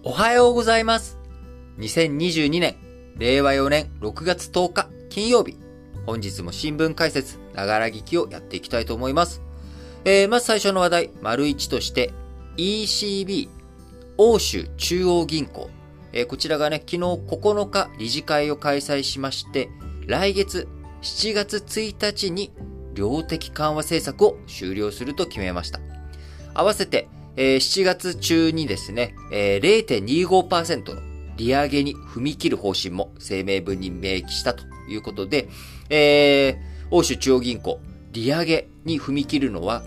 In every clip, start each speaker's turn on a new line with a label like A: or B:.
A: おはようございます。2022年、令和4年6月10日金曜日。本日も新聞解説、ながら聞きをやっていきたいと思います。まず最初の話題、丸1として、ECB、欧州中央銀行。こちらがね、昨日9日理事会を開催しまして、来月7月1日に量的緩和政策を終了すると決めました。合わせて、7月中にですね、0.25% の利上げに踏み切る方針も声明文に明記したということで、欧州中央銀行、利上げに踏み切るのは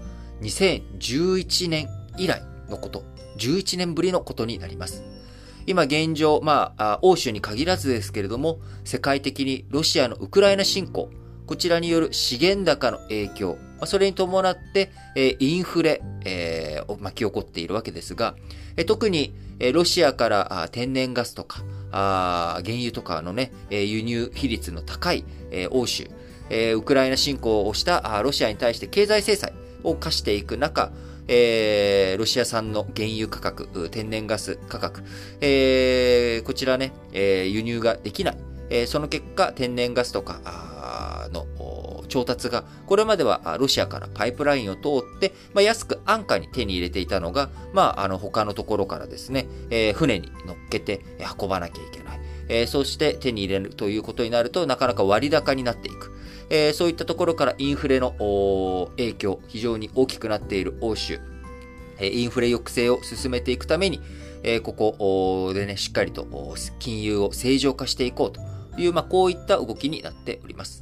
A: 2011年以来のこと、11年ぶりのことになります。今現状、欧州に限らずですけれども、世界的にロシアのウクライナ侵攻、こちらによる資源高の影響、それに伴って、インフレ、を巻き起こっているわけですが、特に、ロシアから天然ガスとか、原油とかのね、輸入比率の高い、欧州、ウクライナ侵攻をしたロシアに対して経済制裁を課していく中、ロシア産の原油価格、天然ガス価格、こちらね、輸入ができない。その結果、天然ガスとかの調達が、これまではロシアからパイプラインを通って、安く安価に手に入れていたのが、他のところからですね、船に乗っけて運ばなきゃいけない。そして手に入れるということになると、なかなか割高になっていく。そういったところからインフレの影響、非常に大きくなっている欧州。インフレ抑制を進めていくために、ここでね、しっかりと金融を正常化していこうという、こういった動きになっております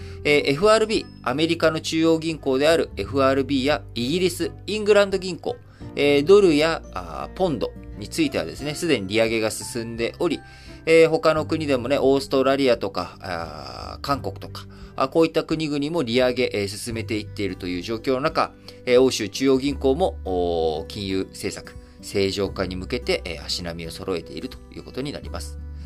A: 。FRB、アメリカの中央銀行である FRB やイギリス、イングランド銀行、ドルやポンドについてはですね、すでに利上げが進んでおり、他の国でもね、オーストラリアとか、韓国とか、こういった国々も利上げ、進めていっているという状況の中、欧州中央銀行も金融政策、正常化に向けて足並みを揃えているということになります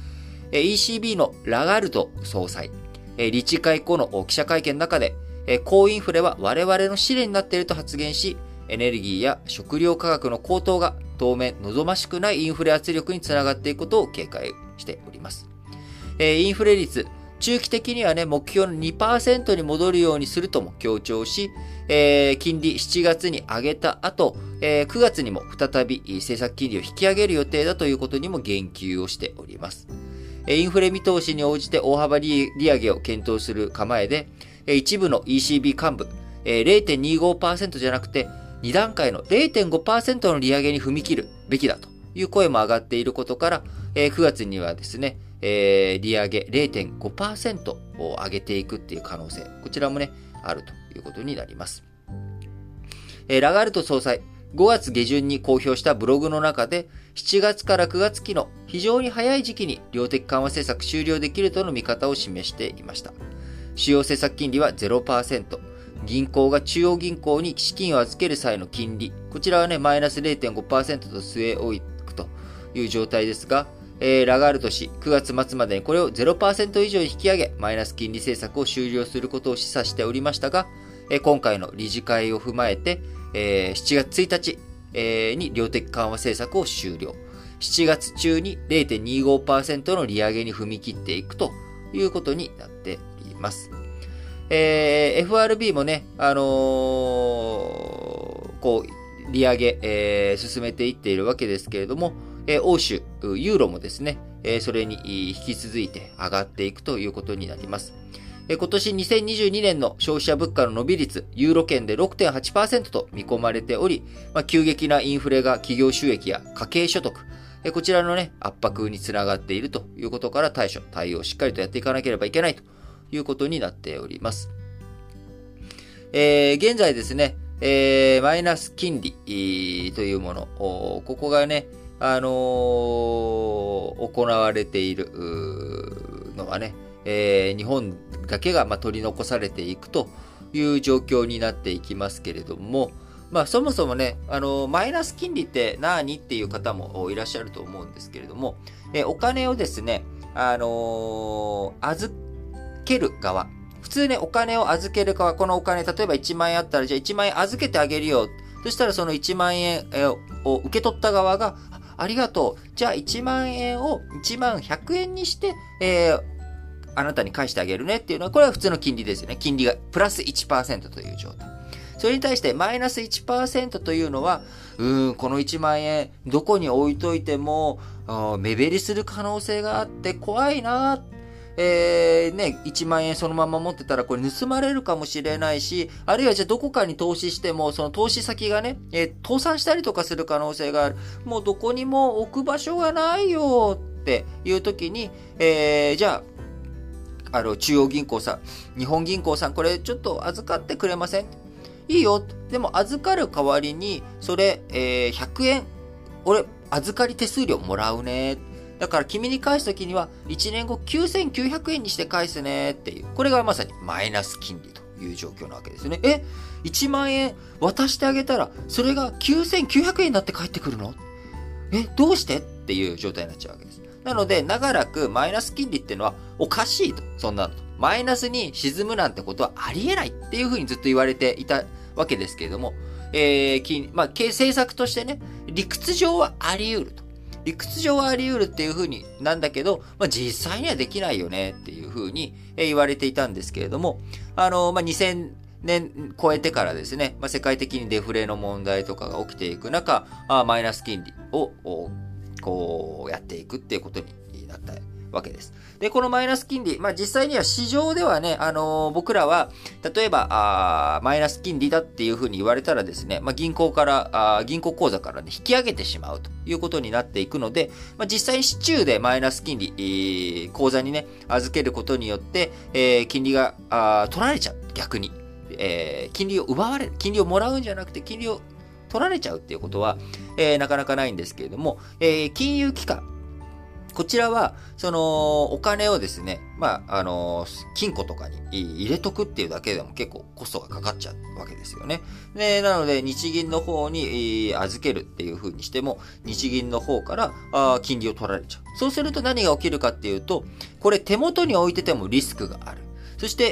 A: 。ECB のラガルド総裁、理事会後の記者会見の中で、高インフレは我々の試練になっていると発言し、エネルギーや食料価格の高騰が当面望ましくないインフレ圧力につながっていくことを警戒しております。インフレ率、中期的にはね、目標の 2% に戻るようにするとも強調し、金利7月に上げた後、9月にも再び政策金利を引き上げる予定だということにも言及をしております。インフレ見通しに応じて大幅利上げを検討する構えで、一部の ECB 幹部、0.25% じゃなくて、2段階の 0.5% の利上げに踏み切るべきだという声も上がっていることから、9月にはですね、利上げ 0.5% を上げていくっていう可能性、こちらもね、あるということになります。ラガルド総裁、5月下旬に公表したブログの中で、7月から9月期の非常に早い時期に量的緩和政策終了できるとの見方を示していました。主要政策金利は 0%、銀行が中央銀行に資金を預ける際の金利、こちらはね、マイナス 0.5% と据え置くという状態ですが、ラガルド氏、9月末までにこれを 0% 以上に引き上げ、マイナス金利政策を終了することを示唆しておりましたが、今回の理事会を踏まえて、7月1日に量的緩和政策を終了。7月中に 0.25% の利上げに踏み切っていくということになっております。FRB もね、利上げ、進めていっているわけですけれども、欧州、ユーロもですね、それに引き続いて上がっていくということになります。今年2022年の消費者物価の伸び率、ユーロ圏で 6.8% と見込まれており、急激なインフレが企業収益や家計所得、こちらのね、圧迫につながっているということから対応をしっかりとやっていかなければいけないということになっております。現在ですね、マイナス金利というもの、ここがね、行われているのはね、日本だけが取り残されていくという状況になっていきますけれども、そもそもね、マイナス金利って何っていう方もいらっしゃると思うんですけれども、お金をですね、預ける側、普通ね、お金を預ける側、このお金、例えば1万円あったら、じゃあ1万円預けてあげるよ。そしたらその1万円を受け取った側が、 ありがとう。じゃあ1万円を1万100円にして、あなたに返してあげるねっていうのは、これは普通の金利ですよね。金利がプラス 1% という状態。それに対してマイナス 1% というのは、この1万円、どこに置いといても、目減りする可能性があって怖いな。1万円そのまま持ってたらこれ盗まれるかもしれないし、あるいはじゃあどこかに投資しても、その投資先がね、倒産したりとかする可能性がある。もうどこにも置く場所がないよっていう時に、じゃあ、中央銀行さん、日本銀行さん、これちょっと預かってくれません？いいよ。でも預かる代わりに、それ、100円、俺、預かり手数料もらうね。だから君に返すときには、1年後9900円にして返すねっていう。これがまさにマイナス金利という状況なわけですよね。1万円渡してあげたら、それが9900円になって返ってくるの？どうしてっていう状態になっちゃうわけです。なので、長らくマイナス金利っていうのはおかしいと。そんなのと。マイナスに沈むなんてことはありえないっていうふうにずっと言われていたわけですけれども、政策としてね、理屈上はあり得ると。理屈上はあり得るっていう風になんだけど、実際にはできないよねっていう風に言われていたんですけれども、2000年超えてからですね、世界的にデフレの問題とかが起きていく中、マイナス金利をこうやっていくっていうことになったわけです。で、このマイナス金利、実際には市場ではね、僕らは、例えば、マイナス金利だっていうふうに言われたらですね、銀行口座からね、引き上げてしまうということになっていくので、実際に市中でマイナス金利、口座にね、預けることによって、金利が取られちゃう、逆に。金利を奪われる、金利をもらうんじゃなくて、金利を取られちゃうっていうことは、なかなかないんですけれども、金融機関、こちらは、お金をですね、金庫とかに入れとくっていうだけでも結構コストがかかっちゃうわけですよね。で、なので、日銀の方に預けるっていう風にしても、日銀の方から金利を取られちゃう。そうすると何が起きるかっていうと、これ手元に置いててもリスクがある。そして、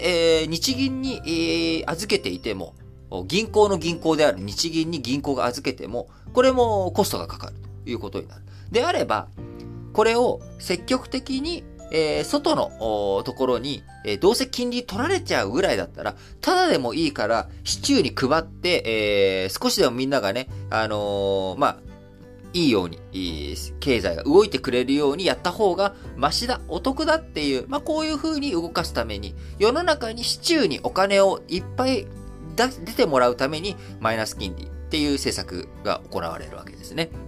A: 日銀に預けていても、銀行の銀行である日銀に銀行が預けても、これもコストがかかるということになる。であれば、これを積極的に、外のところに、どうせ金利取られちゃうぐらいだったら、ただでもいいから、市中に配って、少しでもみんながね、いいように、経済が動いてくれるようにやった方が、マシだ、お得だっていう、こういう風に動かすために、世の中に市中にお金をいっぱい出てもらうために、マイナス金利っていう政策が行われるわけですね。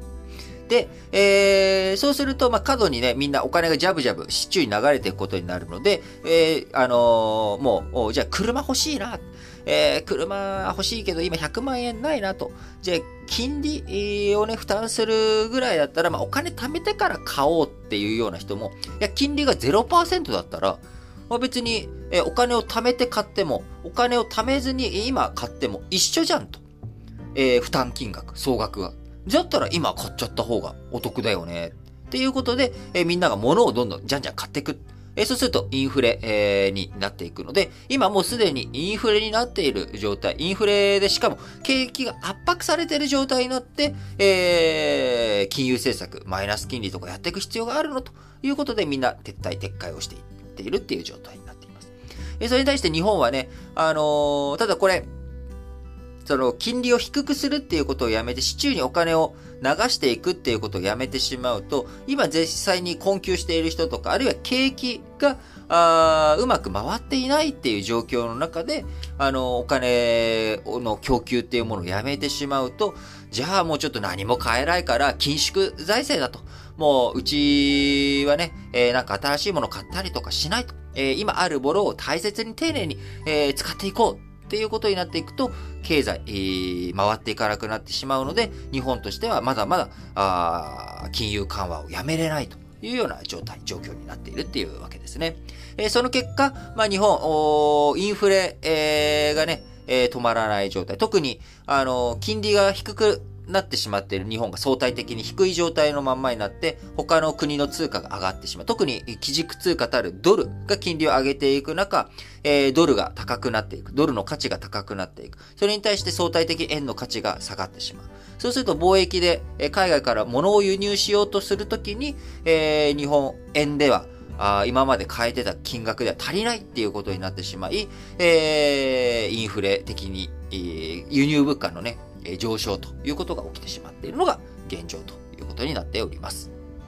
A: で、そうすると、過度にね、みんなお金がジャブジャブ、市中に流れていくことになるので、もう、じゃあ車欲しいな。車欲しいけど今100万円ないなと。じゃあ、金利をね、負担するぐらいだったら、お金貯めてから買おうっていうような人も、いや、金利が 0% だったら、別に、お金を貯めて買っても、お金を貯めずに今買っても一緒じゃんと。負担金額、総額が。だったら今買っちゃった方がお得だよね。っていうことで、みんなが物をどんどんじゃんじゃん買っていく。そうするとインフレ、になっていくので、今もうすでにインフレになっている状態。インフレでしかも景気が圧迫されている状態になって、金融政策、マイナス金利とかやっていく必要があるのということでみんな撤回をしていっているっていう状態になっています。それに対して日本はね、ただこれ、金利を低くするっていうことをやめて、市中にお金を流していくっていうことをやめてしまうと、今実際に困窮している人とか、あるいは景気が、うまく回っていないっていう状況の中で、お金の供給っていうものをやめてしまうと、じゃあもうちょっと何も買えないから緊縮財政だと。もう、うちはね、なんか新しいもの買ったりとかしないと。今あるものを大切に丁寧に、使っていこう。っていうことになっていくと、経済、回っていかなくなってしまうので、日本としてはまだまだ、金融緩和をやめれないというような状況になっているっていうわけですね。その結果、日本、インフレ、がね、止まらない状態。特に、金利が低くなってしまっている日本が相対的に低い状態のまんまになって、他の国の通貨が上がってしまう。特に基軸通貨たるドルが金利を上げていく中、ドルが高くなっていく。ドルの価値が高くなっていく。それに対して相対的円の価値が下がってしまう。そうすると貿易で海外から物を輸入しようとするときに、日本円では今まで買えてた金額では足りないっていうことになってしまい、インフレ的に、輸入物価のね、上昇ということが起きてしまっているのが現状ということになっております。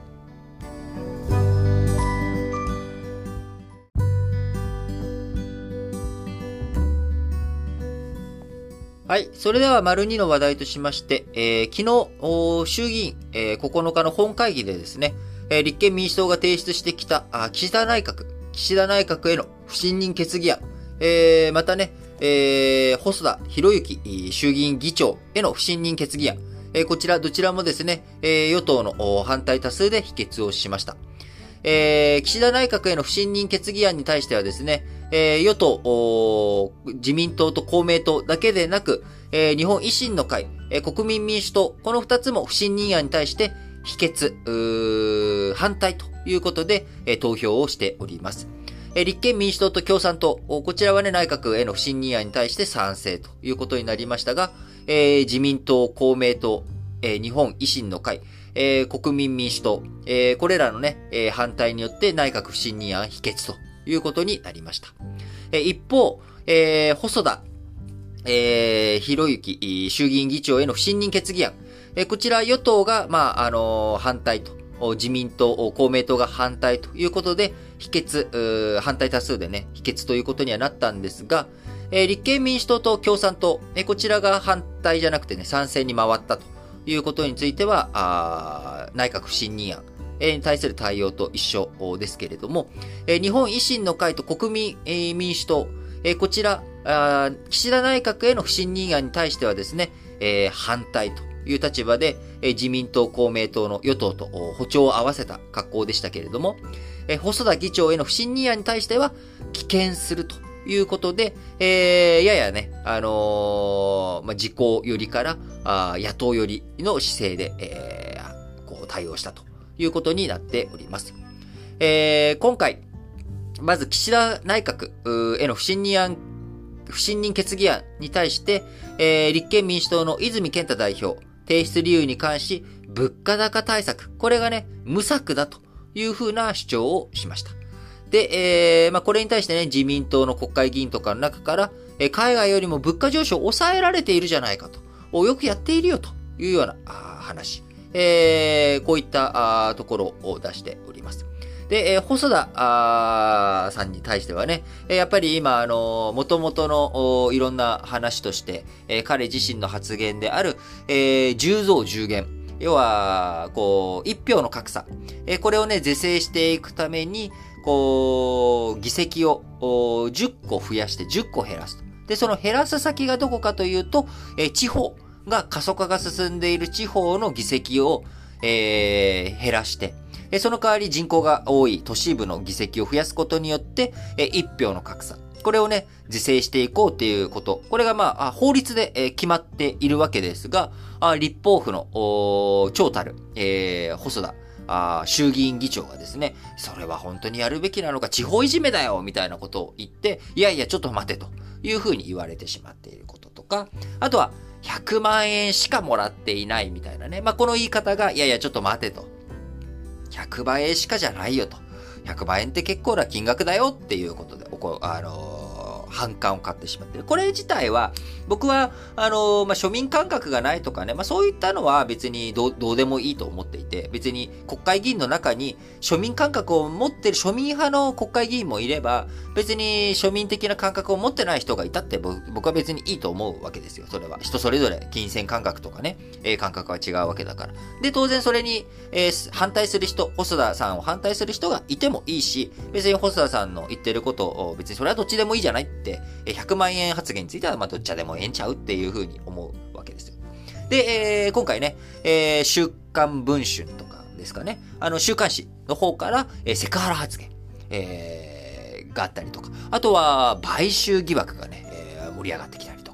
A: はい。それでは、丸2の話題としまして、昨日、衆議院、9日の本会議でですね、立憲民主党が提出してきた、岸田内閣への不信任決議案、またね、細田博之衆議院議長への不信任決議案、こちらどちらもですね、与党の反対多数で否決をしました。岸田内閣への不信任決議案に対してはですね、与党、自民党と公明党だけでなく、日本維新の会、国民民主党、この2つも不信任案に対して否決、反対ということで、投票をしております。立憲民主党と共産党、こちらはね、内閣への不信任案に対して賛成ということになりましたが、自民党、公明党、日本維新の会、国民民主党、これらのね、反対によって内閣不信任案否決ということになりました。一方、細田、博之衆議院議長への不信任決議案、こちら与党が、反対と、自民党、公明党が反対ということで、否決、反対多数でね、否決ということにはなったんですが、立憲民主党と共産党、こちらが反対じゃなくてね、賛成に回ったということについては、内閣不信任案に対する対応と一緒ですけれども、日本維新の会と国民民主党、こちら、岸田内閣への不信任案に対してはですね、反対という立場で、自民党、公明党の与党と歩調を合わせた格好でしたけれども、細田議長への不信任案に対しては棄権するということで、ややね、自公寄りから野党寄りの姿勢で、対応したということになっております。今回、まず岸田内閣への不信任決議案に対して、立憲民主党の泉健太代表、提出理由に関し、物価高対策、これがね、無策だというふうな主張をしました。で、これに対してね、自民党の国会議員とかの中から、海外よりも物価上昇を抑えられているじゃないかと、よくやっているよというような話、こういったところを出しております。で、細田さんに対してはね、やっぱり今、元々のいろんな話として、彼自身の発言である、10増10減。要は、一票の格差。これをね、是正していくために、議席を10個増やして10個減らすと。で、その減らす先がどこかというと、地方が過疎化が進んでいる地方の議席を、減らして、その代わり人口が多い都市部の議席を増やすことによって、1票の格差。これをね、是正していこうっていうこと。これが法律で決まっているわけですが、立法府の長たる、細田衆議院議長がですね、それは本当にやるべきなのか、地方いじめだよみたいなことを言って、いやいやちょっと待てというふうに言われてしまっていることとか、あとは100万円しかもらっていないみたいなね、この言い方が、いやいやちょっと待てと。100万円しかじゃないよと。100万円って結構な金額だよっていうことで、反感を買ってしまっている。これ自体は、僕は、庶民感覚がないとかね、そういったのは別にどうでもいいと思っていて、別に国会議員の中に庶民感覚を持ってる庶民派の国会議員もいれば、別に庶民的な感覚を持ってない人がいたって僕は別にいいと思うわけですよ。それは。人それぞれ金銭感覚とかね、感覚は違うわけだから。で、当然それに、反対する人、細田さんを反対する人がいてもいいし、別に細田さんの言ってることを別にそれはどっちでもいいじゃないって、100万円発言についてはどっちでもええんちゃうっていうふうに思うわけですよ。で、今回ね、週刊文春とかですかね、週刊誌の方から、セクハラ発言、があったりとか、あとは買収疑惑がね、盛り上がってきたりとか、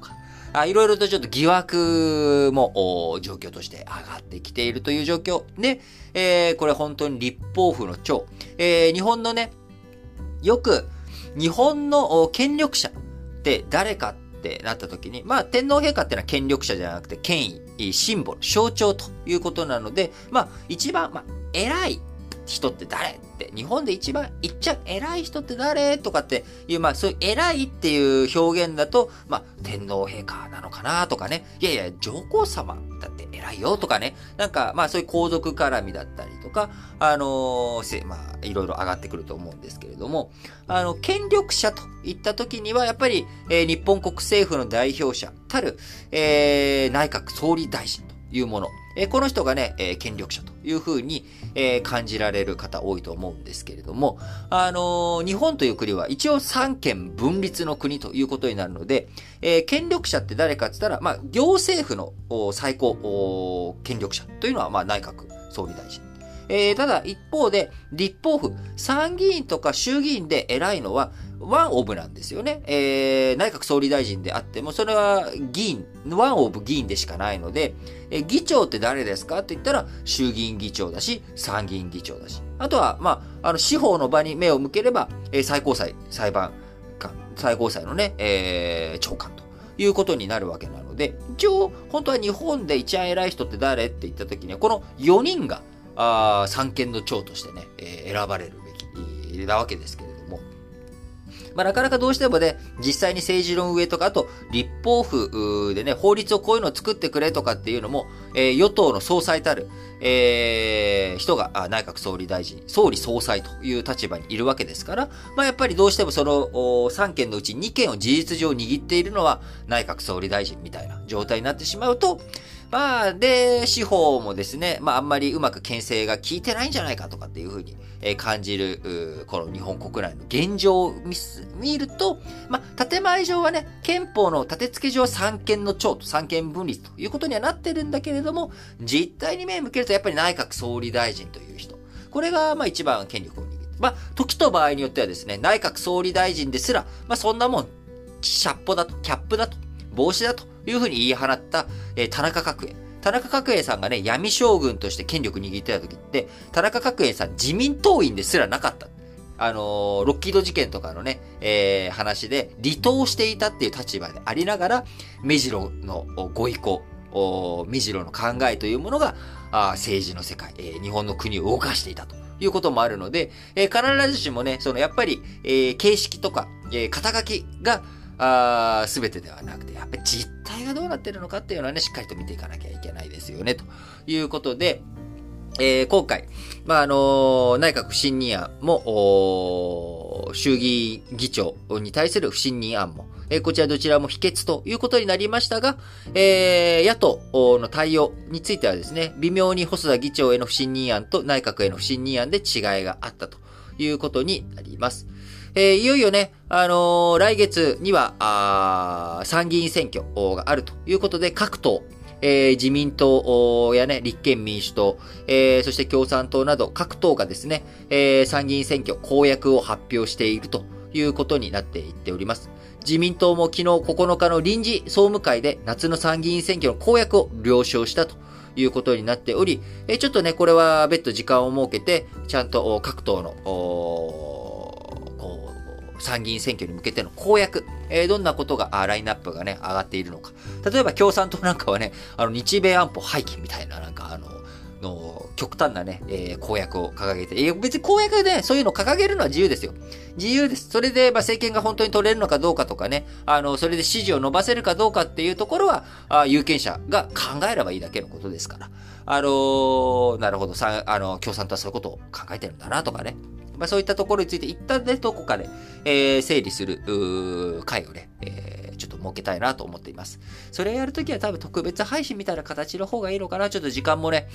A: いろいろとちょっと疑惑も状況として上がってきているという状況で、これ本当に立法府の長、日本のね、よく日本の権力者って誰かってなった時に、まあ天皇陛下ってのは権力者じゃなくて権威、シンボル、象徴ということなので、まあ一番、偉い人って誰って、日本で一番いっちゃ偉い人って誰とかっていう、そういう偉いっていう表現だと、天皇陛下なのかなとかね、いやいや、上皇様だって偉いよとかね、なんか、そういう皇族絡みだったりとか、いろいろ上がってくると思うんですけれども、権力者といった時には、やっぱり、日本国政府の代表者たる、内閣総理大臣というもの、この人がね、権力者というふうに、感じられる方多いと思うんですけれども、日本という国は一応三権分立の国ということになるので、権力者って誰かって言ったら、行政府の最高権力者というのは、内閣総理大臣。ただ一方で、立法府、参議院とか衆議院で偉いのは、ワンオブなんですよね。内閣総理大臣であっても、それは議員、ワンオブ議員でしかないので、議長って誰ですかって言ったら、衆議院議長だし、参議院議長だし。あとは、司法の場に目を向ければ、最高裁、裁判官、最高裁のね、長官ということになるわけなので、一応、本当は日本で一番偉い人って誰って言った時には、この4人が、三権の長としてね、選ばれるべきなわけですけれども、なかなかどうしてもね、実際に政治の上とか、あと、立法府でね、法律をこういうのを作ってくれとかっていうのも、与党の総裁たる、人が内閣総理大臣、総理総裁という立場にいるわけですから、やっぱりどうしてもその3件のうち2件を事実上握っているのは内閣総理大臣みたいな状態になってしまうと、で、司法もですね、あんまりうまく牽制が効いてないんじゃないかとかっていうふうに感じる、この日本国内の現状を見ると、建前上はね、憲法の立て付け上は三権の長と三権分立ということにはなってるんだけれども、実態に目を向けるとやっぱり内閣総理大臣という人。これが一番権力を握って。時と場合によってはですね、内閣総理大臣ですら、そんなもん、シャッポだと、キャップだと、帽子だというふうに言い放った、田中角栄。田中角栄さんがね、闇将軍として権力握ってた時って、田中角栄さん自民党員ですらなかった。ロッキード事件とかのね、話で離党していたっていう立場でありながら、目白のご意向、目白の考えというものが、政治の世界、日本の国を動かしていたということもあるので、必ずしもね、やっぱり、形式とか、肩書きが、すべてではなくて、やっぱり実態がどうなってるのかっていうのはね、しっかりと見ていかなきゃいけないですよね、ということで、今回、内閣不信任案も、衆議院議長に対する不信任案も、こちらどちらも否決ということになりましたが、野党の対応についてはですね、微妙に細田議長への不信任案と内閣への不信任案で違いがあったということになります。いよいよね、来月には、参議院選挙があるということで、各党、自民党やね、立憲民主党、そして共産党など各党がですね、参議院選挙公約を発表しているということになっていっております。自民党も昨日9日の臨時総務会で夏の参議院選挙の公約を了承したということになっており、ちょっとね、これは別途時間を設けて、ちゃんと各党の参議院選挙に向けての公約、どんなことが、ラインナップがね、上がっているのか。例えば共産党なんかはね、日米安保廃棄みたいな、なんか極端なね、公約を掲げて、別に公約で、ね、そういうのを掲げるのは自由ですよ。自由です。それで、政権が本当に取れるのかどうかとかね、それで支持を伸ばせるかどうかっていうところは、有権者が考えればいいだけのことですから。なるほど、共産党はそういうことを考えてるんだなとかね。そういったところについて一旦ね、どこかで、整理する、会をね、ちょっと設けたいなと思っています。それやるときは多分特別配信みたいな形の方がいいのかな。ちょっと時間もね、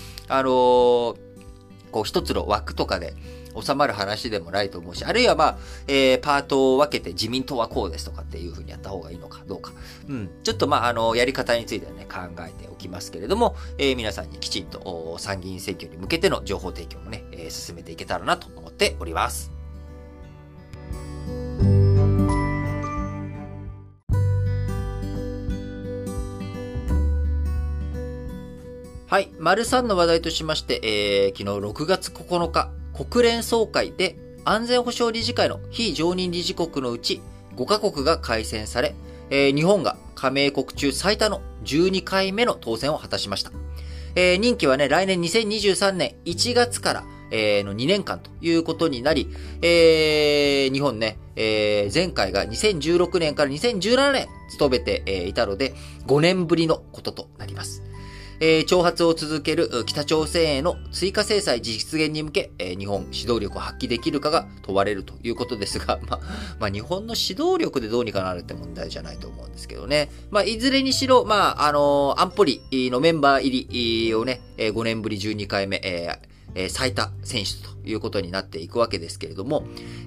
A: 一つの枠とかで収まる話でもないと思うし、あるいはパートを分けて自民党はこうですとかっていう風にやった方がいいのかどうか。ちょっとやり方についてはね、考えておきますけれども、皆さんにきちんと参議院選挙に向けての情報提供もね、進めていけたらなと思っております。 はい。丸3の話題としまして、昨日6月9日、国連総会で安全保障理事会の非常任理事国のうち5カ国が改選され、日本が加盟国中最多の12回目の当選を果たしました。任期はね、来年2023年1月から、の2年間ということになり、日本ね、前回が2016年から2017年務めて、いたので、5年ぶりのこととなります。挑発を続ける北朝鮮への追加制裁実現に向け、日本指導力を発揮できるかが問われるということですが、日本の指導力でどうにかなるって問題じゃないと思うんですけどね。いずれにしろ、安保理のメンバー入りをね、5年ぶり12回目、最多選出ということになっていくわけですけれども、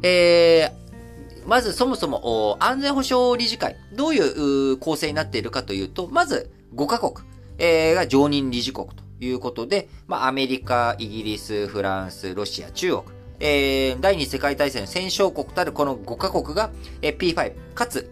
A: まずそもそも安全保障理事会、どういう構成になっているかというと、まず5カ国。が常任理事国ということで、アメリカ、イギリス、フランス、ロシア、中国、第二次世界大戦の戦勝国たるこの5カ国が、P5、かつ、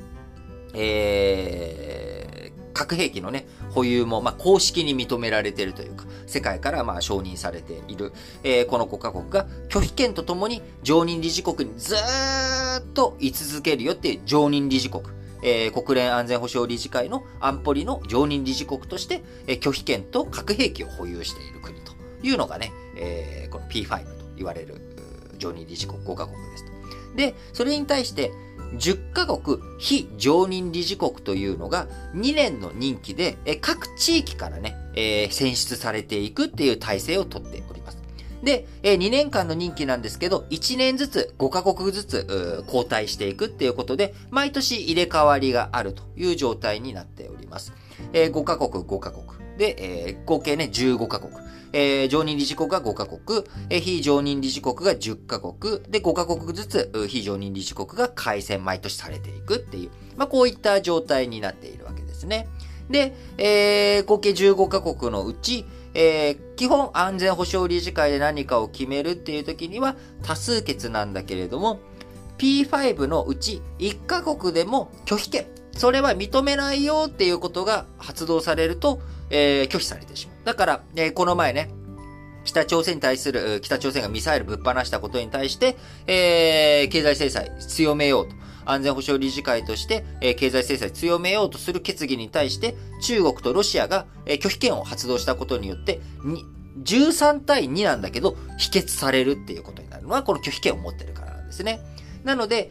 A: 核兵器のね、保有も、公式に認められているというか、世界から承認されている、この5カ国が拒否権とともに常任理事国にずーっと居続けるよっていう常任理事国。国連安全保障理事会の安保理の常任理事国として、拒否権と核兵器を保有している国というのがね、この P5 と言われる常任理事国5カ国ですと。で、それに対して10カ国非常任理事国というのが2年の任期で、各地域からね、選出されていくっていう体制をとっております。で、2年間の任期なんですけど、1年ずつ5カ国ずつ交代していくっていうことで、毎年入れ替わりがあるという状態になっております。5カ国5カ国で、合計ね15カ国。常任理事国が5カ国、非常任理事国が10カ国、で5カ国ずつ非常任理事国が改選毎年されていくっていう、こういった状態になっているわけですね。で、合計15カ国のうち、基本安全保障理事会で何かを決めるっていう時には多数決なんだけれども、P5 のうち1カ国でも拒否権、それは認めないよっていうことが発動されると、拒否されてしまう。だから、この前ね、北朝鮮がミサイルぶっ放したことに対して、経済制裁強めようと。安全保障理事会として、経済制裁強めようとする決議に対して、中国とロシアが、拒否権を発動したことによって、13対2なんだけど、否決されるっていうことになるのは、この拒否権を持ってるからなんですね。なので、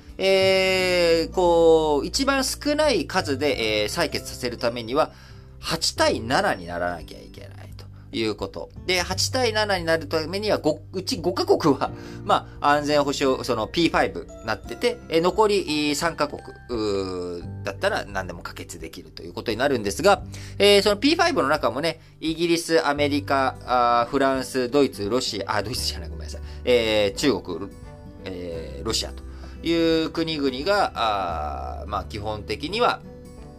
A: 一番少ない数で、採決させるためには、8対7にならなきゃいけない。いうこと。で、8対7になるためには、うち5カ国は、安全保障、その P5 になってて、残り3カ国だったら何でも可決できるということになるんですが、その P5 の中もね、イギリス、アメリカ、フランス、ドイツ、ロシア、ドイツじゃない、ごめんなさい。中国、ロシアという国々が、基本的には、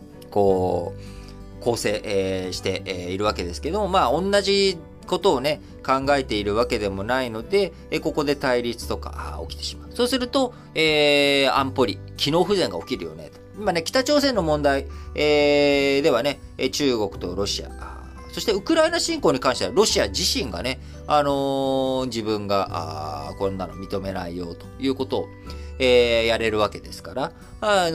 A: 構成、して、いるわけですけども、同じことをね、考えているわけでもないので、ここで対立とか起きてしまう。そうすると、安保理、機能不全が起きるよね。今ね、北朝鮮の問題、ではね、中国とロシア、そしてウクライナ侵攻に関してはロシア自身がね、自分が、こんなの認めないよということを、やれるわけですから、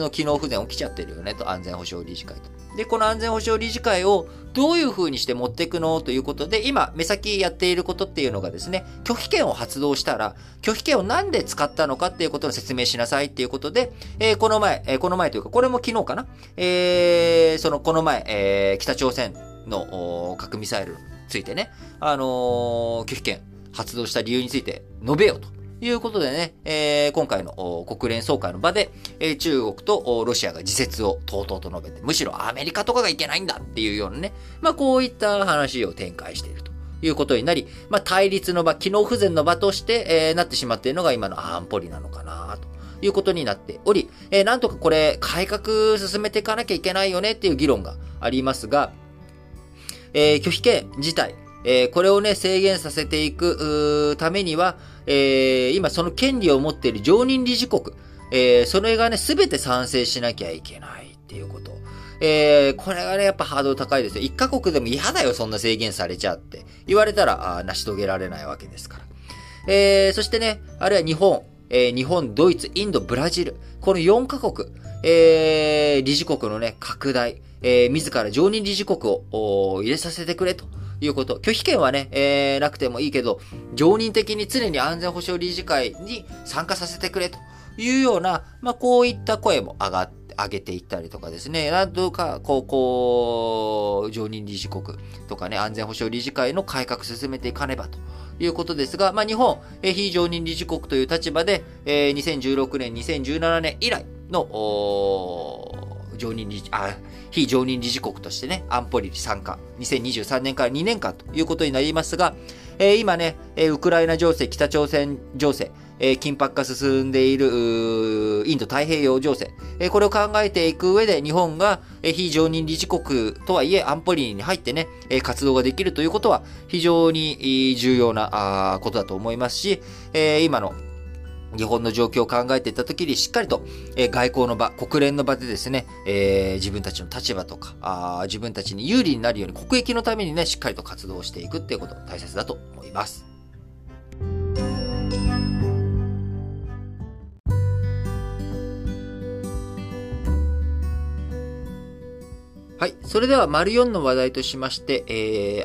A: 機能不全起きちゃってるよねと、安全保障理事会と。で、この安全保障理事会をどういう風にして持っていくのということで、今、目先やっていることっていうのがですね、拒否権を発動したら、拒否権をなんで使ったのかっていうことを説明しなさいっていうことで、この前というか、これも昨日かな、この前、北朝鮮の核ミサイルについてね、拒否権発動した理由について述べようと。いうことでね、今回の国連総会の場で、中国とロシアが自説をとうとうと述べて、むしろアメリカとかがいけないんだっていうようなね、こういった話を展開しているということになり、対立の場、機能不全の場として、なってしまっているのが今の安保理なのかなということになっており、なんとかこれ改革進めていかなきゃいけないよねっていう議論がありますが、拒否権自体、これをね、制限させていくためには、今その権利を持っている常任理事国、それがね、すべて賛成しなきゃいけないっていうこと。 これがね、やっぱハードル高いですよ。1カ国でも嫌だよ、そんな制限されちゃって言われたら、成し遂げられないわけですから。そしてね、あるいは日本、日本、ドイツ、インド、ブラジル。この4カ国、理事国のね、拡大、自ら常任理事国を入れさせてくれということ。拒否権はね、なくてもいいけど、常任的に常に安全保障理事会に参加させてくれというような、こういった声も上げていったりとかですね、なんとか、常任理事国とかね、安全保障理事会の改革進めていかねばということですが、日本、非常任理事国という立場で、2016年、2017年以来の、非常任理事国としてね、安保理に参加、2023年から2年間ということになりますが、今ね、ウクライナ情勢、北朝鮮情勢、緊迫化進んでいるインド太平洋情勢、これを考えていく上で日本が非常任理事国とはいえ安保理に入ってね、活動ができるということは非常に重要なことだと思いますし、今の日本の状況を考えていったときにしっかりと外交の場、国連の場でですね、自分たちの立場とか自分たちに有利になるように国益のためにね、しっかりと活動していくっていうこと大切だと思います。はい。それでは、丸4の話題としまして、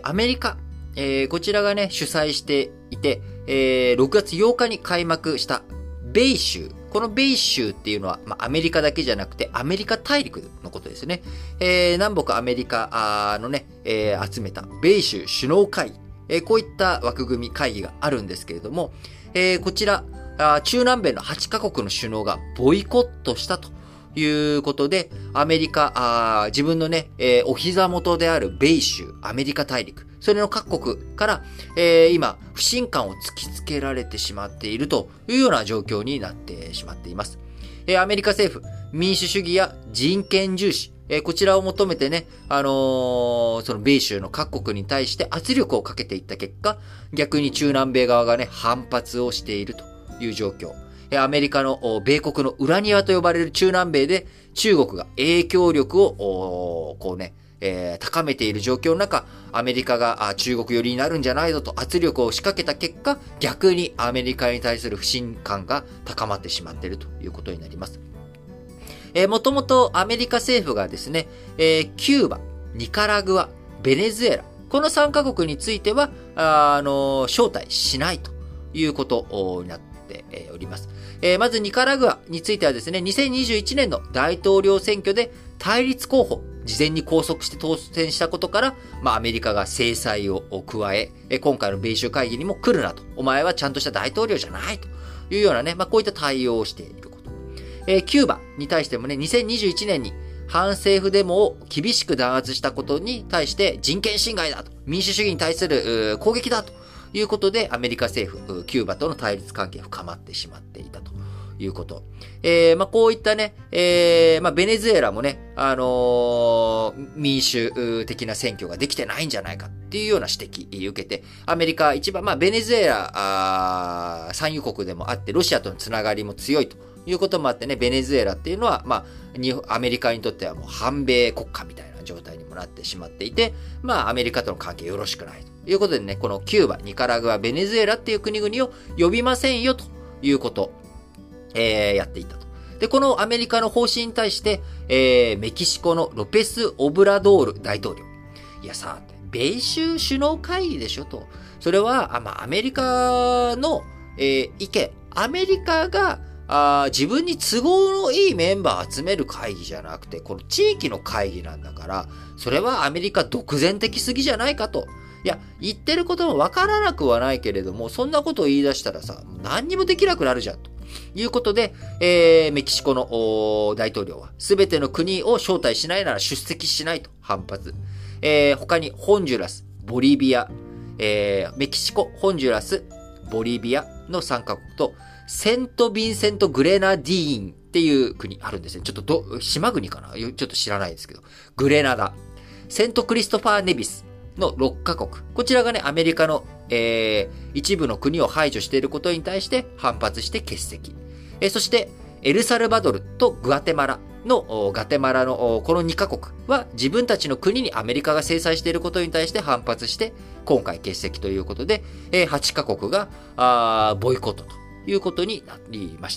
A: アメリカ、こちらがね、主催していて、6月8日に開幕した米州。この米州っていうのは、アメリカだけじゃなくて、アメリカ大陸のことですね。南北アメリカのね、集めた米州首脳会議。こういった枠組み会議があるんですけれども、こちら、中南米の8カ国の首脳がボイコットしたということで、アメリカ、自分のね、お膝元である米州、アメリカ大陸、それの各国から、今、不信感を突きつけられてしまっているというような状況になってしまっています。アメリカ政府、民主主義や人権重視、こちらを求めてね、その米州の各国に対して圧力をかけていった結果、逆に中南米側がね、反発をしているという状況。アメリカの米国の裏庭と呼ばれる中南米で中国が影響力をこうね、高めている状況の中、アメリカが中国寄りになるんじゃないぞと圧力を仕掛けた結果、逆にアメリカに対する不信感が高まってしまっているということになります。もともとアメリカ政府がですね、キューバ、ニカラグア、ベネズエラ、この3カ国については、招待しないということになっております。まずニカラグアについてはですね、2021年の大統領選挙で対立候補、事前に拘束して当選したことから、アメリカが制裁を加え、今回の米州会議にも来るなと。お前はちゃんとした大統領じゃないというようなね、こういった対応をしていること。キューバに対してもね、2021年に反政府デモを厳しく弾圧したことに対して人権侵害だと。民主主義に対する攻撃だということで、アメリカ政府、キューバとの対立関係が深まってしまっていたということ。こういったね、ベネズエラもね、民主的な選挙ができてないんじゃないかっていうような指摘受けて、アメリカ一番、ベネズエラ、産油国でもあって、ロシアとのつながりも強いということもあってね、ベネズエラっていうのは、アメリカにとってはもう反米国家みたいな状態にもなってしまっていて、アメリカとの関係よろしくないということでね、このキューバ、ニカラグア、ベネズエラっていう国々を呼びませんよということ、やっていたと。で、このアメリカの方針に対して、メキシコのロペス・オブラドール大統領。いやさ、米州首脳会議でしょと。それは、アメリカの、意見。アメリカが、自分に都合のいいメンバー集める会議じゃなくて、この地域の会議なんだから、それはアメリカ独善的すぎじゃないかと。いや、言ってることもわからなくはないけれども、そんなことを言い出したらさ、何にもできなくなるじゃんと。いうことで、メキシコの大統領は、すべての国を招待しないなら出席しないと反発。他に、ホンジュラス、ボリビア、メキシコ、ホンジュラス、ボリビアの3カ国と、セント・ヴィンセント・グレナディーンっていう国あるんですね。ちょっと島国かなちょっと知らないですけど。グレナダ、セント・クリストファー・ネビスの6カ国。こちらがね、アメリカの、一部の国を排除していることに対して反発して欠席。そして、エルサルバドルとグアテマラ。 のガテマラのこの2カ国は自分たちの国にアメリカが制裁していることに対して反発して今回欠席ということで、8カ国がボイコットということになりました。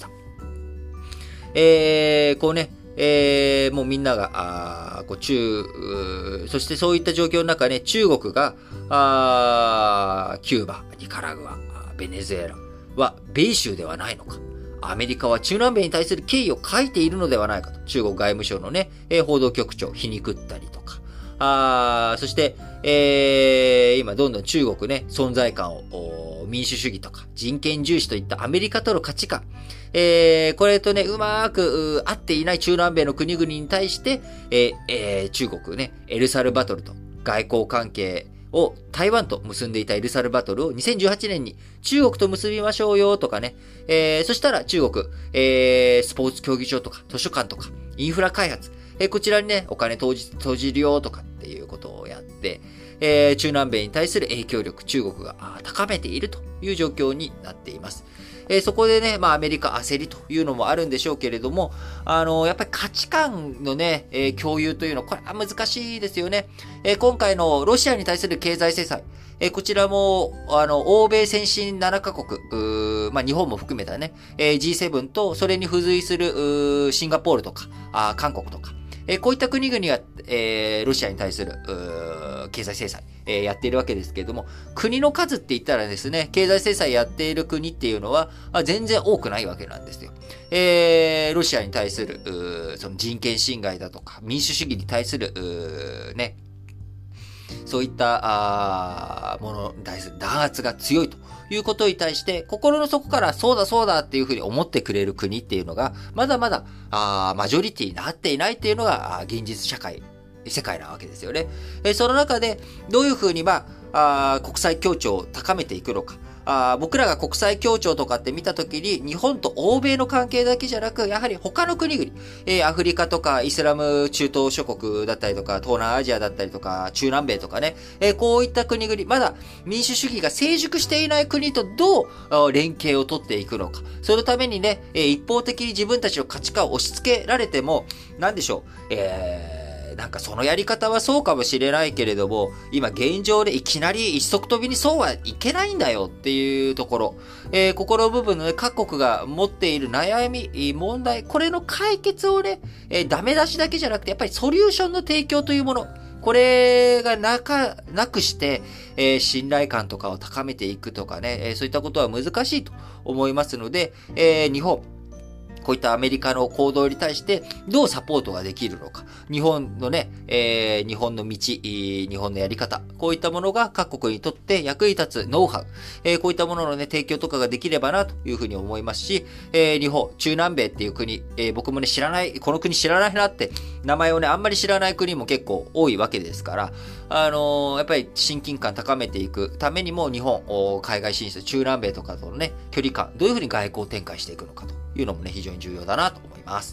A: こうね、もうみんなが、そしてそういった状況の中ね、中国が、キューバ、ニカラグア、ベネズエラは米州ではないのか。アメリカは中南米に対する敬意を書いているのではないかと。中国外務省のね、報道局長、皮肉ったりとか。そして、今どんどん中国ね、存在感を、民主主義とか人権重視といったアメリカとの価値観、これとね、うまく合っていない中南米の国々に対して、中国ね、エルサルバトルと外交関係を台湾と結んでいたエルサルバトルを2018年に中国と結びましょうよとかね、そしたら中国、スポーツ競技場とか図書館とかインフラ開発、こちらにね、お金投じるよとかっていうことをやって、中南米に対する影響力、中国が高めているという状況になっています。そこでね、アメリカ焦りというのもあるんでしょうけれども、やっぱり価値観のね、共有というのは、これは難しいですよね。今回のロシアに対する経済制裁、こちらも、欧米先進7カ国、日本も含めたね、G7 とそれに付随するシンガポールとか、韓国とか、こういった国々が、ロシアに対する経済制裁、やっているわけですけれども、国の数って言ったらですね、経済制裁やっている国っていうのは全然多くないわけなんですよ。ロシアに対するその人権侵害だとか民主主義に対するね、そういったものに対する弾圧が強いということに対して、心の底からそうだそうだっていうふうに思ってくれる国っていうのが、まだまだマジョリティになっていないっていうのが現実世界なわけですよね。その中でどういうふうに国際協調を高めていくのか。僕らが国際協調とかって見たときに、日本と欧米の関係だけじゃなく、やはり他の国々、アフリカとかイスラム中東諸国だったりとか、東南アジアだったりとか、中南米とかね、こういった国々、まだ民主主義が成熟していない国とどう連携を取っていくのか。そのためにね、一方的に自分たちの価値観を押し付けられても、なんでしょう、なんかそのやり方はそうかもしれないけれども、今現状でいきなり一足飛びにそうはいけないんだよっていうところ、ここの部分のね、各国が持っている悩み、問題、これの解決をね、ダメ出しだけじゃなくて、やっぱりソリューションの提供というもの、これがなくして、信頼感とかを高めていくとかね、そういったことは難しいと思いますので、日本、こういったアメリカの行動に対してどうサポートができるのか。日本のね、日本の道、日本のやり方。こういったものが各国にとって役に立つノウハウ。こういったもののね、提供とかができればなというふうに思いますし、日本、中南米っていう国、僕もね、この国知らないなって、名前をね、あんまり知らない国も結構多いわけですから、やっぱり親近感高めていくためにも日本、海外進出、中南米とかとのね、距離感、どういうふうに外交展開していくのかというのもね、非常に重要だなと思います。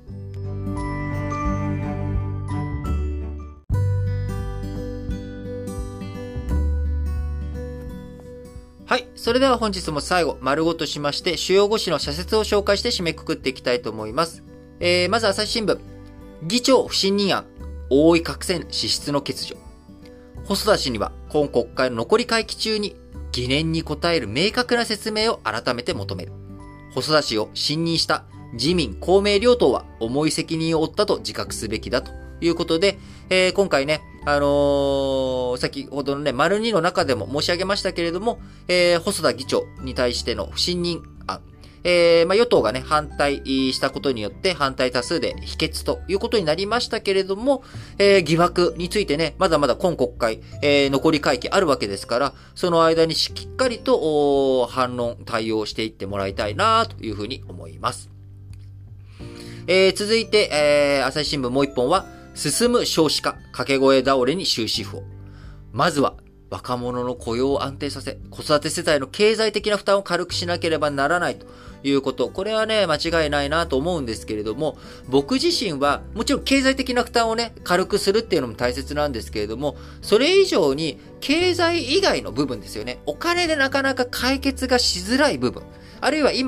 A: はい。それでは本日も最後、丸ごとしまして、主要5紙の社説を紹介して締めくくっていきたいと思います。まず朝日新聞。議長不信任案、覆い隠せん支出の欠如。細田氏には今国会の残り会期中に疑念に応える明確な説明を改めて求める。細田氏を信任した自民公明両党は重い責任を負ったと自覚すべきだということで、今回ね、先ほどのね、丸2の中でも申し上げましたけれども、細田議長に対しての不信任案、与党がね、反対したことによって反対多数で否決ということになりましたけれども、疑惑についてね、まだまだ今国会、残り会期あるわけですから、その間にしっかりと反論、対応していってもらいたいなというふうに思います。続いて、朝日新聞もう一本は、進む少子化、掛け声倒れに終止符を。まずは、若者の雇用を安定させ、子育て世帯の経済的な負担を軽くしなければならないということ。これはね、間違いないなと思うんですけれども、僕自身は、もちろん経済的な負担をね、軽くするっていうのも大切なんですけれども、それ以上に、経済以外の部分ですよね。お金でなかなか解決がしづらい部分。あるいは今、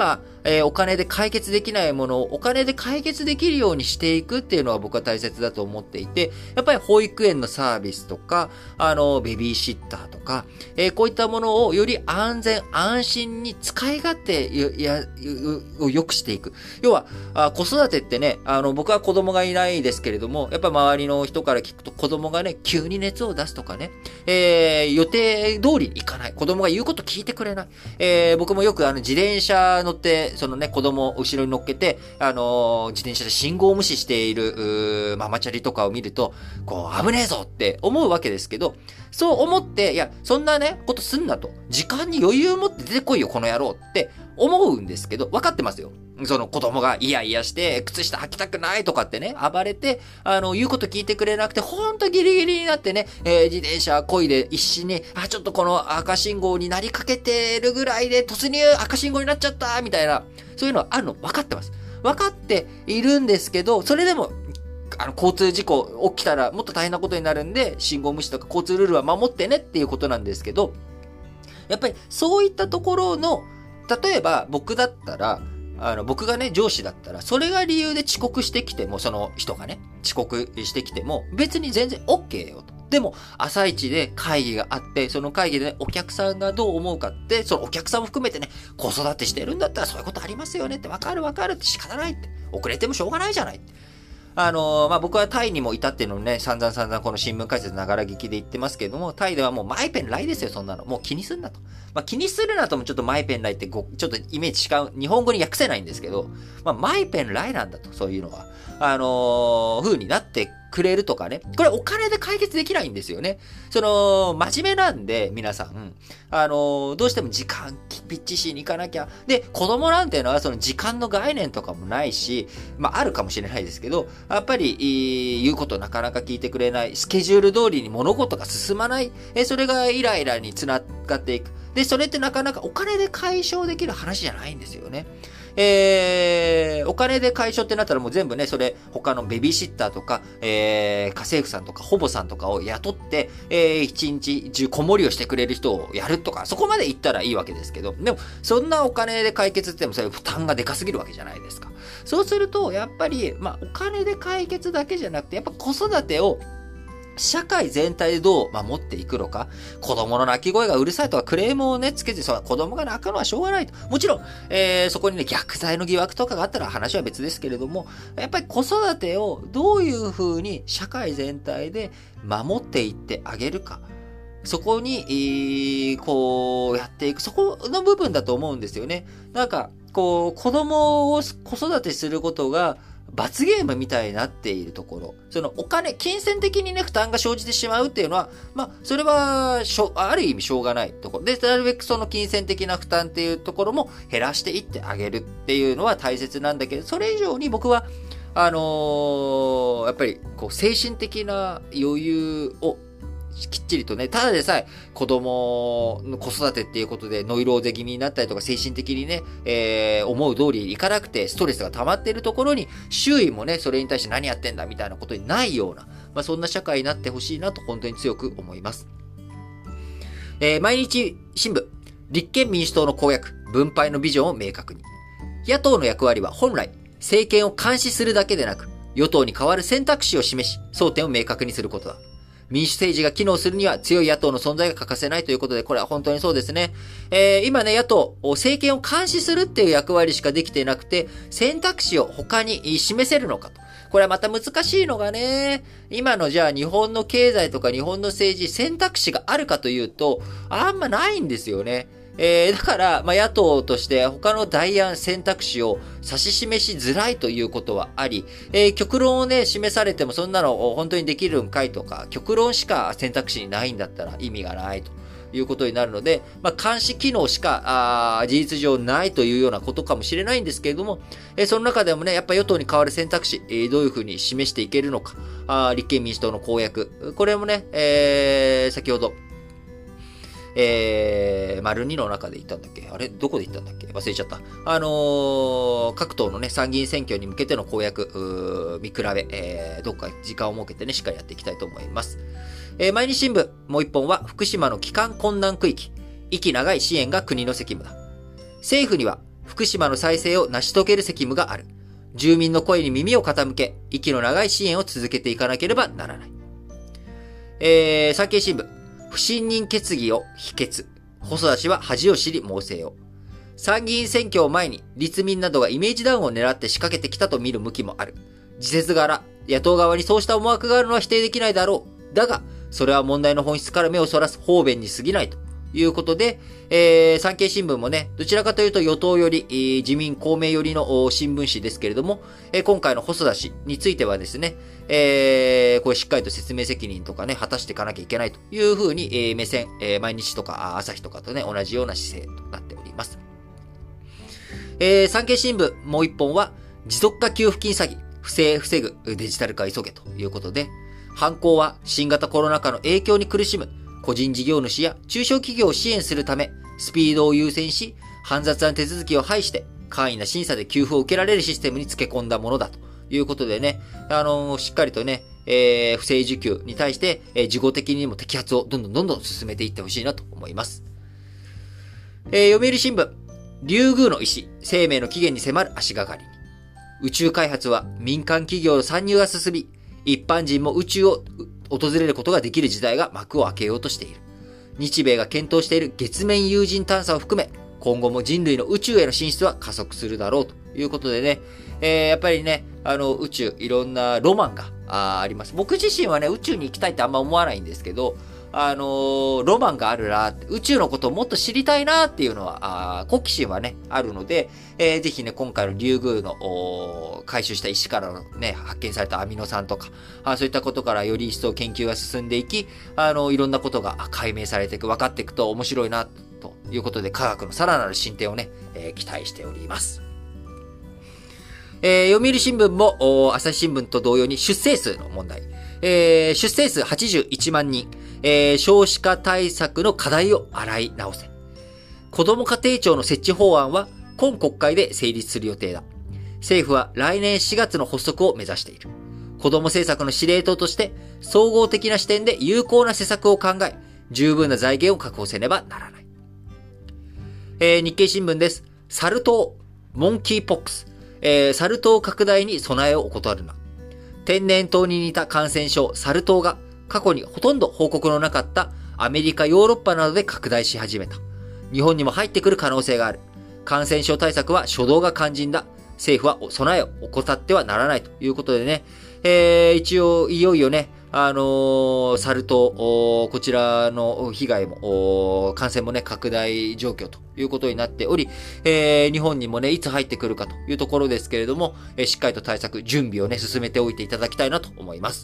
A: お金で解決できないものをお金で解決できるようにしていくっていうのは僕は大切だと思っていて、やっぱり保育園のサービスとか、ベビーシッターとか、こういったものをより安全安心に使い勝手を良くしていく。要は、子育てってね、僕は子供がいないですけれども、やっぱ周りの人から聞くと子供がね、急に熱を出すとかね、予定通りにいかない。子供が言うこと聞いてくれない。僕もよく自転車乗って、そのね、子供を後ろに乗っけて、自転車で信号無視している、ママチャリとかを見ると、こう、危ねえぞって思うわけですけど、そう思って、いや、そんなね、ことすんなと。時間に余裕を持って出てこいよ、この野郎って思うんですけど、分かってますよ。その子供がイヤイヤして、靴下履きたくないとかってね、暴れて、言うこと聞いてくれなくて、ほんとギリギリになってね、自転車漕いで一心に、ちょっとこの赤信号になりかけてるぐらいで突入赤信号になっちゃったみたいな、そういうのはあるの分かってます。分かっているんですけど、それでも、交通事故起きたらもっと大変なことになるんで、信号無視とか交通ルールは守ってねっていうことなんですけど、やっぱりそういったところの、例えば僕だったら、僕がね、上司だったら、それが理由で遅刻してきても、その人がね、遅刻してきても、別に全然 OK よと。でも、朝一で会議があって、その会議でね、お客さんがどう思うかって、そのお客さんも含めてね、子育てしてるんだったらそういうことありますよねって、わかるって仕方ないって。遅れてもしょうがないじゃないって。僕はタイにもいたっていうのをね、散々この新聞解説ながら聞きで言ってますけれども、タイではもうマイペンライですよ、そんなの。もう気にすんなと。気にするなともちょっとマイペンライってちょっとイメージ違う、日本語に訳せないんですけど、マイペンライなんだと、そういうのは。風になってくれるとかね。これお金で解決できないんですよね。真面目なんで、皆さん。どうしても時間ぴっちしに行かなきゃ。で、子供なんていうのはその時間の概念とかもないし、あるかもしれないですけど、やっぱり、言うことなかなか聞いてくれない、スケジュール通りに物事が進まない、それがイライラにつながっていく。で、それってなかなかお金で解消できる話じゃないんですよね。お金で解消ってなったらもう全部ね、それ他のベビーシッターとか、家政婦さんとか保母さんとかを雇って、一日中子守りをしてくれる人をやるとか、そこまで行ったらいいわけですけど、でも、そんなお金で解決ってもそういう負担がでかすぎるわけじゃないですか。そうすると、やっぱり、お金で解決だけじゃなくて、やっぱ子育てを社会全体でどう守っていくのか。子供の泣き声がうるさいとかクレームをね、つけて、子供が泣くのはしょうがないと。もちろん、そこにね、虐待の疑惑とかがあったら話は別ですけれども、やっぱり子育てをどういう風に社会全体で守っていってあげるか。そこに、こうやっていく、そこの部分だと思うんですよね。なんか、子供を子育てすることが、罰ゲームみたいになっているところ。そのお金、金銭的にね、負担が生じてしまうっていうのは、それは、ある意味しょうがないところ。で、なるべくその金銭的な負担っていうところも減らしていってあげるっていうのは大切なんだけど、それ以上に僕は、やっぱり、精神的な余裕をきっちりとね、ただでさえ子供の子育てっていうことでノイローゼ気味になったりとか精神的にね、思う通りにいかなくてストレスが溜まっているところに周囲もね、それに対して何やってんだみたいなことにないような、そんな社会になってほしいなと本当に強く思います。毎日新聞、立憲民主党の公約、分配のビジョンを明確に。野党の役割は本来、政権を監視するだけでなく、与党に代わる選択肢を示し、争点を明確にすることだ。民主政治が機能するには強い野党の存在が欠かせないということで、これは本当にそうですね。今ね、野党、政権を監視するっていう役割しかできていなくて、選択肢を他に示せるのかと。これはまた難しいのがね、今のじゃあ日本の経済とか日本の政治、選択肢があるかというと、あんまないんですよね。だから、野党として他の代案選択肢を指し示しづらいということはあり、極論をね、示されてもそんなの本当にできるんかいとか、極論しか選択肢にないんだったら意味がないということになるので、監視機能しか、事実上ないというようなことかもしれないんですけれども、その中でもね、やっぱ与党に代わる選択肢、どういうふうに示していけるのか、立憲民主党の公約、これもね、先ほど、丸2の中で言ったんだっけ、あれどこで言ったんだっけ忘れちゃった。各党のね、参議院選挙に向けての公約、見比べ、どっか時間を設けてね、しっかりやっていきたいと思います。毎日新聞、もう一本は、福島の帰還困難区域。息長い支援が国の責務だ。政府には、 福島の再生を成し遂げる責務がある。住民の声に耳を傾け、息の長い支援を続けていかなければならない。産経新聞。不信任決議を否決。細田氏は恥を知り猛省を。参議院選挙を前に立民などがイメージダウンを狙って仕掛けてきたと見る向きもある。自説柄、野党側にそうした思惑があるのは否定できないだろう。だが、それは問題の本質から目をそらす方便に過ぎないということで、産経新聞もね、どちらかというと与党より、自民公明よりの新聞紙ですけれども、今回の細田氏についてはですね、これしっかりと説明責任とかね、果たしていかなきゃいけないというふうに、目線、毎日とか朝日とかとね、同じような姿勢となっております。産経新聞もう一本は、持続化給付金詐欺、不正防ぐデジタル化急げということで、犯行は新型コロナ禍の影響に苦しむ個人事業主や中小企業を支援するため、スピードを優先し、煩雑な手続きを排して、簡易な審査で給付を受けられるシステムに付け込んだものだということでね、しっかりとね、不正受給に対して、事後的にも摘発をどんどん進めていってほしいなと思います。読売新聞、リュウグウの石、生命の起源に迫る足がかりに。宇宙開発は民間企業の参入が進み、一般人も宇宙を訪れることができる時代が幕を開けようとしている。日米が検討している月面有人探査を含め、今後も人類の宇宙への進出は加速するだろうということでね、やっぱりね、宇宙、いろんなロマンがあります。僕自身はね、宇宙に行きたいってあんま思わないんですけど、ロマンがあるな、宇宙のことをもっと知りたいなっていうのは、好奇心はね、あるので、ぜひね、今回のリュウグウの回収した石からのね、発見されたアミノ酸とか、そういったことからより一層研究が進んでいき、いろんなことが解明されていく、分かっていくと面白いな、ということで、科学のさらなる進展をね、期待しております。読売新聞も、朝日新聞と同様に出生数の問題。出生数81万人。少子化対策の課題を洗い直せ。子ども家庭庁の設置法案は今国会で成立する予定だ。政府は来年4月の発足を目指している。子ども政策の司令塔として総合的な視点で有効な施策を考え、十分な財源を確保せねばならない。日経新聞です。サル痘、モンキーポックス。サル痘拡大に備えを怠るな。天然痘に似た感染症サル痘が過去にほとんど報告のなかったアメリカ、ヨーロッパなどで拡大し始めた。日本にも入ってくる可能性がある。感染症対策は初動が肝心だ。政府は備えを怠ってはならないということでね、一応いよいよね、サル痘、こちらの被害も、感染もね、拡大状況ということになっており、日本にもね、いつ入ってくるかというところですけれども、しっかりと対策、準備をね、進めておいていただきたいなと思います。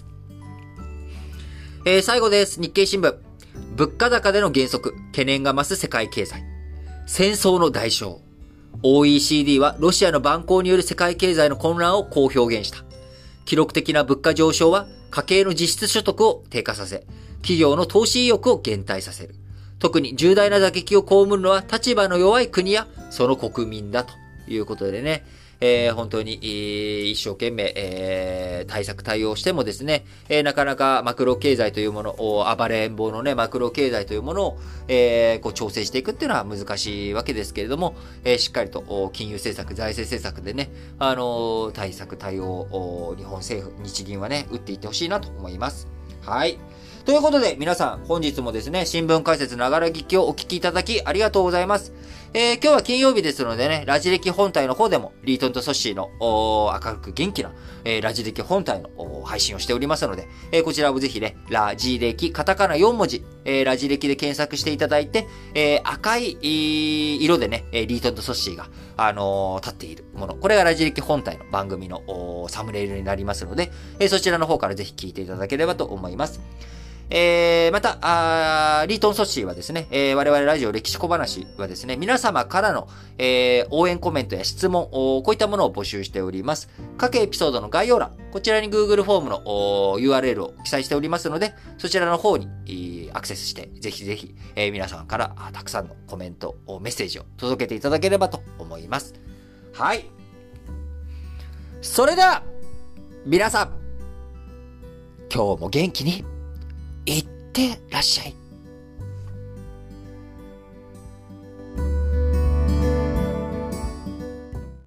A: 最後です。日経新聞。物価高での減速、懸念が増す世界経済。戦争の代償。OECD はロシアの蛮行による世界経済の混乱をこう表現した。記録的な物価上昇は家計の実質所得を低下させ、企業の投資意欲を減退させる。特に重大な打撃を被るのは立場の弱い国やその国民だということでね、本当に、一生懸命、対策対応してもですね、なかなかマクロ経済というものを、暴れん坊のね、マクロ経済というものを、こう調整していくっていうのは難しいわけですけれども、しっかりと金融政策、財政政策でね、対策対応、日本政府、日銀はね、打っていってほしいなと思います。はい。ということで、皆さん、本日もですね、新聞解説ながら聞きをお聞きいただきありがとうございます。今日は金曜日ですのでね、ラジ歴本体の方でも、リートンとソッシーの明るく元気な、ラジ歴本体の配信をしておりますので、こちらもぜひね、ラジ歴、カタカナ4文字、ラジ歴で検索していただいて、赤い色でね、リートンとソッシーが、立っているもの。これがラジ歴本体の番組のサムネイルになりますので、そちらの方からぜひ聞いていただければと思います。また、リートンソッシーはですね、我々ラジオ歴史小話はですね、皆様からの、応援コメントや質問、こういったものを募集しております。各エピソードの概要欄、こちらに Google フォームの URL を記載しておりますので、そちらの方にアクセスして、ぜひぜひ、皆さんからたくさんのコメント、メッセージを届けていただければと思います。はい。それでは、皆さん、今日も元気にいってらっしゃい。